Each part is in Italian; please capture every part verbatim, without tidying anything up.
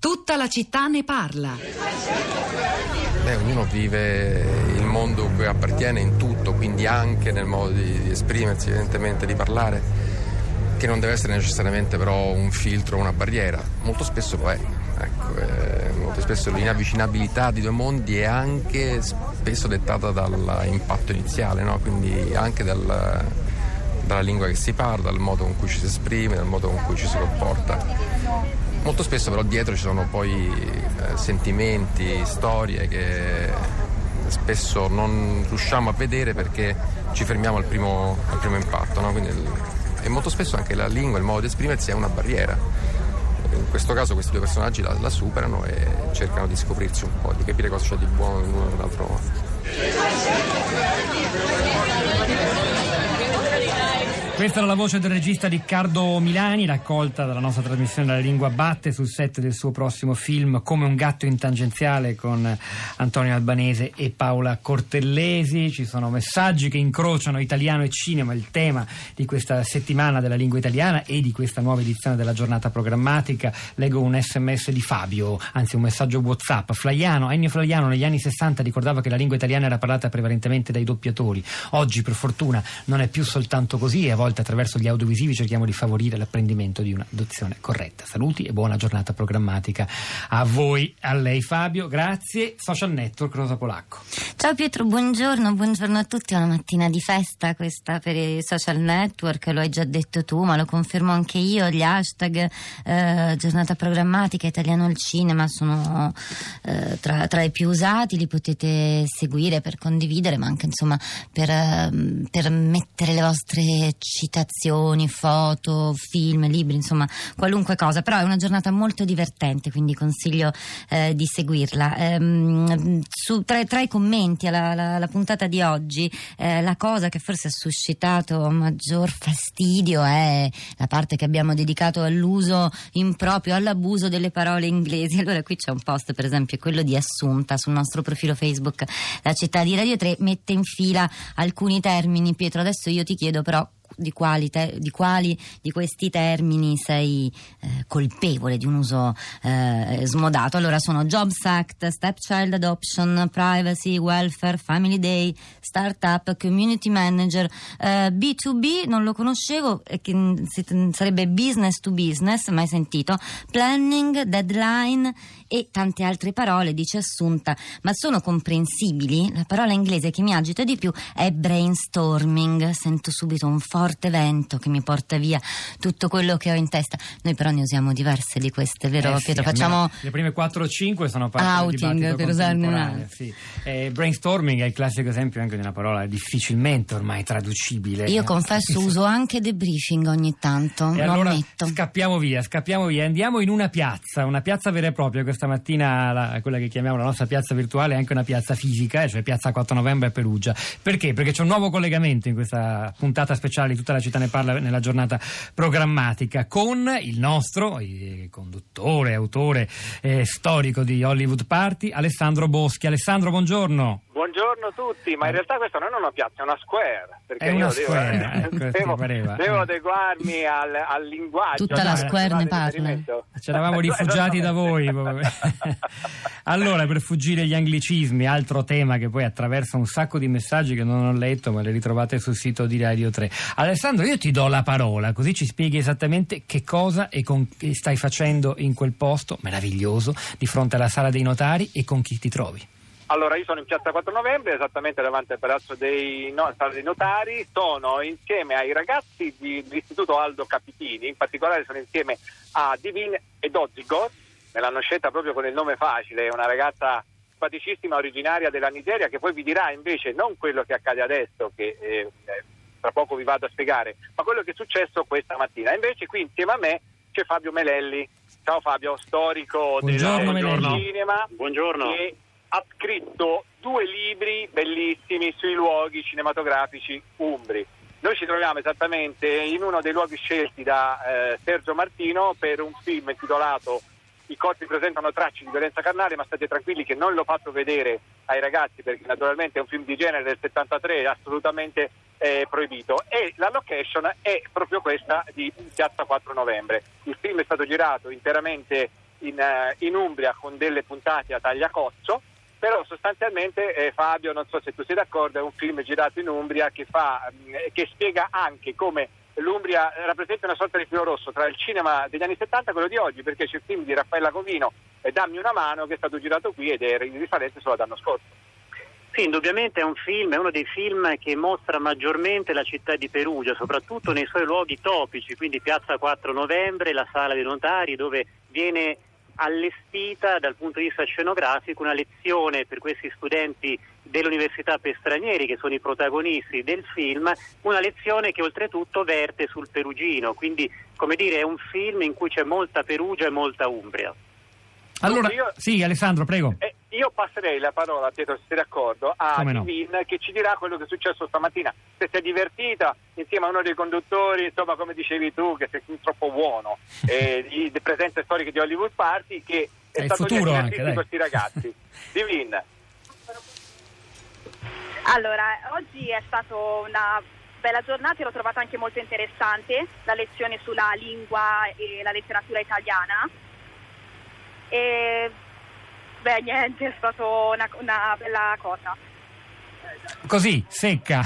Tutta la città ne parla. Beh, ognuno vive il mondo a cui appartiene in tutto, quindi anche nel modo di, di esprimersi, evidentemente di parlare, che non deve essere necessariamente però un filtro o una barriera. Molto spesso lo è. Ecco, eh, molto spesso l'inavvicinabilità di due mondi è anche spesso dettata dall'impatto iniziale, no? Quindi anche dal, dalla lingua che si parla, dal modo con cui ci si esprime, dal modo con cui ci si comporta. Molto spesso però dietro ci sono poi eh, sentimenti, storie che spesso non riusciamo a vedere perché ci fermiamo al primo, al primo impatto, no? Quindi, e molto spesso anche la lingua, il modo di esprimersi è una barriera. In questo caso questi due personaggi la, la superano e cercano di scoprirsi un po', di capire cosa c'è di buono in uno e nell'altro. Questa era la voce del regista Riccardo Milani, raccolta dalla nostra trasmissione La Lingua Batte sul set del suo prossimo film Come un gatto in tangenziale con Antonio Albanese e Paola Cortellesi. Ci sono messaggi che incrociano italiano e cinema, il tema di questa settimana della lingua italiana e di questa nuova edizione della giornata programmatica. Leggo un sms di Fabio, anzi un messaggio WhatsApp. Flaiano, Ennio Flaiano negli anni sessanta ricordava che la lingua italiana era parlata prevalentemente dai doppiatori. Oggi per fortuna non è più soltanto così e a volte attraverso gli audiovisivi cerchiamo di favorire l'apprendimento di una dizione corretta. Saluti e buona giornata programmatica a voi, a lei Fabio, grazie. Social Network, Rosa Polacco. Ciao Pietro, buongiorno, buongiorno a tutti. È una mattina di festa questa per i social network, lo hai già detto tu, ma lo confermo anche io. Gli hashtag eh, giornata programmatica, italiano al cinema sono eh, tra, tra i più usati, li potete seguire per condividere, ma anche insomma per, eh, per mettere le vostre citazioni, foto, film, libri, insomma qualunque cosa. Però è una giornata molto divertente, quindi consiglio eh, di seguirla. Ehm, su, tra, tra i commenti alla, alla, alla puntata di oggi eh, la cosa che forse ha suscitato maggior fastidio è la parte che abbiamo dedicato all'uso improprio, all'abuso delle parole inglesi. Allora qui c'è un post, per esempio quello di Assunta sul nostro profilo Facebook La Città di Radio tre, mette in fila alcuni termini. Pietro, adesso io ti chiedo però di quali, te, di quali di questi termini sei eh, colpevole di un uso eh, smodato. Allora sono Jobs Act, Stepchild Adoption, Privacy, Welfare, Family Day, Startup, Community Manager, eh, B due B non lo conoscevo, eh, che sarebbe Business to Business, mai sentito, Planning, Deadline e tante altre parole, dice Assunta, ma sono comprensibili. La parola inglese che mi agita di più è brainstorming, sento subito un forte vento che mi porta via tutto quello che ho in testa. Noi però ne usiamo diverse di queste, vero eh Pietro? Sì, Facciamo le prime quattro o cinque sono parte outing, del dibattito per usarne contemporaneo, una. sì. eh, brainstorming è il classico esempio anche di una parola difficilmente ormai traducibile. Io confesso uso anche debriefing ogni tanto, e lo allora ammetto. scappiamo via, scappiamo via, andiamo in una piazza, una piazza vera e propria. Questa mattina la, quella che chiamiamo la nostra piazza virtuale è anche una piazza fisica, cioè piazza quattro novembre a Perugia. Perché? Perché c'è un nuovo collegamento in questa puntata speciale di Tutta la città ne parla nella giornata programmatica con il nostro il conduttore, autore eh, storico di Hollywood Party, Alessandro Boschi. Alessandro, buongiorno. Buongiorno a tutti, ma in realtà questa non è una piazza, è una square. Perché È una io square, devo, ecco, devo, pareva. devo adeguarmi al, al linguaggio. Tutta la no? square ne parla. Ci eravamo rifugiati da voi. Allora, per fuggire gli anglicismi, altro tema che poi attraversa un sacco di messaggi che non ho letto, ma li ritrovate sul sito di Radio tre. Alessandro, io ti do la parola, così ci spieghi esattamente che cosa e con che stai facendo in quel posto meraviglioso di fronte alla Sala dei Notari e con chi ti trovi. Allora, io sono in piazza quattro novembre, esattamente davanti al Palazzo dei, no, Sala dei Notari. Sono insieme ai ragazzi di, dell'Istituto Aldo Capitini, in particolare sono insieme a Divin e Dozigo. Me l'hanno scelta proprio con il nome facile, è una ragazza simpaticissima, originaria della Nigeria, che poi vi dirà invece non quello che accade adesso, che eh, tra poco vi vado a spiegare, ma quello che è successo questa mattina. Invece qui insieme a me c'è Fabio Melelli. Ciao Fabio, storico Buongiorno, del Melelli. cinema. Buongiorno. E ha scritto due libri bellissimi sui luoghi cinematografici umbri. Noi ci troviamo esattamente in uno dei luoghi scelti da eh, Sergio Martino per un film intitolato I corpi presentano tracce di violenza carnale, ma state tranquilli che non l'ho fatto vedere ai ragazzi perché naturalmente è un film di genere del settantatré, assolutamente eh, proibito, e la location è proprio questa di Piazza quattro novembre. Il film è stato girato interamente in, uh, in Umbria con delle puntate a tagliacozzo, però sostanzialmente eh, Fabio, non so se tu sei d'accordo, è un film girato in Umbria che, fa, mh, che spiega anche come l'Umbria rappresenta una sorta di filo rosso tra il cinema degli anni settanta e quello di oggi, perché c'è il film di Raffaella Covino, eh, Dammi una mano, che è stato girato qui ed è in risalente solo l'anno scorso. Sì, indubbiamente è un film, è uno dei film che mostra maggiormente la città di Perugia, soprattutto nei suoi luoghi topici, quindi Piazza quattro Novembre, la Sala dei Notari, dove viene allestita dal punto di vista scenografico una lezione per questi studenti dell'Università per Stranieri, che sono i protagonisti del film, una lezione che oltretutto verte sul perugino, quindi come dire è un film in cui c'è molta Perugia e molta Umbria. Allora, io, sì, Alessandro, prego. Eh, io passerei la parola, Pietro, se sei d'accordo, a Come no? Divin, che ci dirà quello che è successo stamattina. Se si è divertita insieme a uno dei conduttori, insomma, come dicevi tu, che sei troppo buono, eh, di, di presenze storiche di Hollywood Party, che è, è stato futuro divertito anche, di dai. questi ragazzi. Divin. Allora, oggi è stata una bella giornata, l'ho trovata anche molto interessante, la lezione sulla lingua e la letteratura italiana. E beh, niente, è stata una, una bella cosa. Così, secca.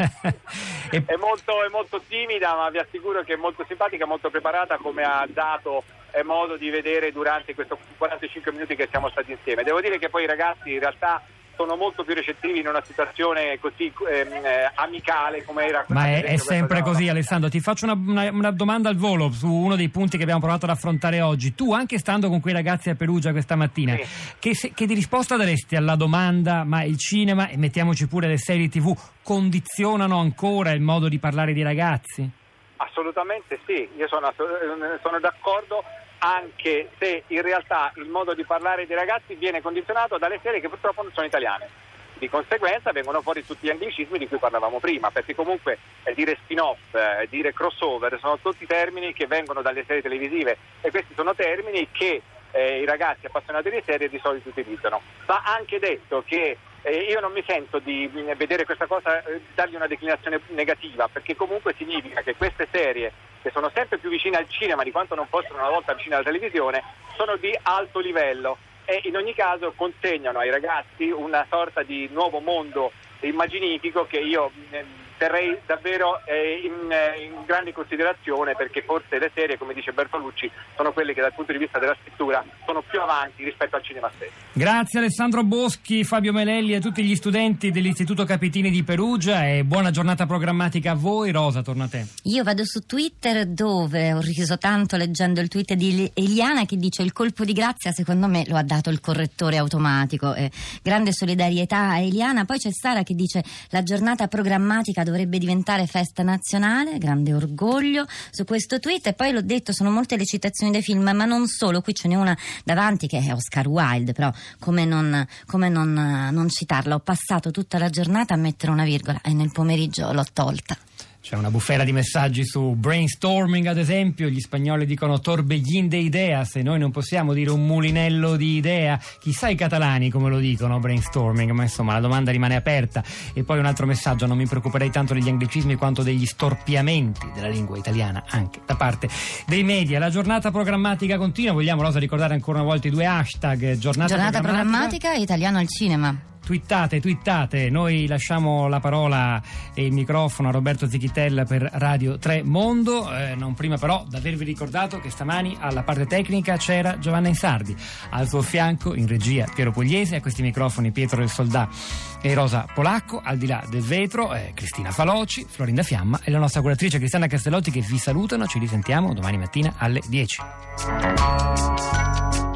e... È molto, è molto timida, ma vi assicuro che è molto simpatica, molto preparata, come ha dato eh, modo di vedere durante questi quarantacinque minuti che siamo stati insieme. Devo dire che poi i ragazzi in realtà sono molto più recettivi in una situazione così ehm, eh, amicale come era. Ma è, è sempre così, Alessandro. Ti faccio una, una, una domanda al volo su uno dei punti che abbiamo provato ad affrontare oggi. Tu, anche stando con quei ragazzi a Perugia questa mattina, sì. che, se, che di risposta daresti alla domanda: ma il cinema, e mettiamoci pure le serie tivù, condizionano ancora il modo di parlare dei ragazzi? Assolutamente sì, io sono, sono d'accordo, anche se in realtà il modo di parlare dei ragazzi viene condizionato dalle serie che purtroppo non sono italiane. Di conseguenza vengono fuori tutti gli anglicismi di cui parlavamo prima, perché comunque eh, dire spin-off, eh, dire crossover sono tutti termini che vengono dalle serie televisive, e questi sono termini che eh, i ragazzi appassionati di serie di solito utilizzano. Va anche detto che eh, io non mi sento di eh, vedere questa cosa, eh, dargli una declinazione negativa, perché comunque significa che queste serie, che sono sempre più vicine al cinema di quanto non fossero una volta vicine alla televisione, sono di alto livello e in ogni caso consegnano ai ragazzi una sorta di nuovo mondo immaginifico che io eh, terrei davvero eh, in, eh, in grande considerazione, perché forse le serie, come dice Bertolucci, sono quelle che dal punto di vista della scrittura sono più avanti rispetto al cinema stesso. Grazie Alessandro Boschi, Fabio Melelli e a tutti gli studenti dell'Istituto Capitini di Perugia, e buona giornata programmatica a voi. Rosa, torna a te. Io vado su Twitter, dove ho riso tanto leggendo il tweet di Eliana che dice: il colpo di grazia secondo me lo ha dato il correttore automatico. Eh, grande solidarietà a Eliana. Poi c'è Sara che dice: la giornata programmatica dovrebbe diventare festa nazionale, grande orgoglio su questo tweet. E poi l'ho detto, sono molte le citazioni dei film, ma non solo, qui ce n'è una davanti che è Oscar Wilde, però come non, come non, non citarla? Ho passato tutta la giornata a mettere una virgola e nel pomeriggio l'ho tolta. C'è una bufera di messaggi su brainstorming, ad esempio. Gli spagnoli dicono torbellin de ideas, e noi non possiamo dire un mulinello di idea. Chissà i catalani come lo dicono brainstorming, ma insomma la domanda rimane aperta. E poi un altro messaggio: non mi preoccuperei tanto degli anglicismi quanto degli storpiamenti della lingua italiana anche da parte dei media. La giornata programmatica continua. Vogliamo, Rosa, ricordare ancora una volta i due hashtag: giornata, giornata programmatica, programmatica e italiano al cinema. Twittate, twittate, noi lasciamo la parola e il microfono a Roberto Zichitella per Radio tre Mondo, eh, non prima però d'avervi ricordato che stamani alla parte tecnica c'era Giovanna Insardi, al suo fianco in regia Piero Pugliese, a questi microfoni Pietro del Soldà e Rosa Polacco, al di là del vetro eh, Cristina Faloci, Florinda Fiamma e la nostra curatrice Cristiana Castellotti, che vi salutano. Ci risentiamo domani mattina alle dieci.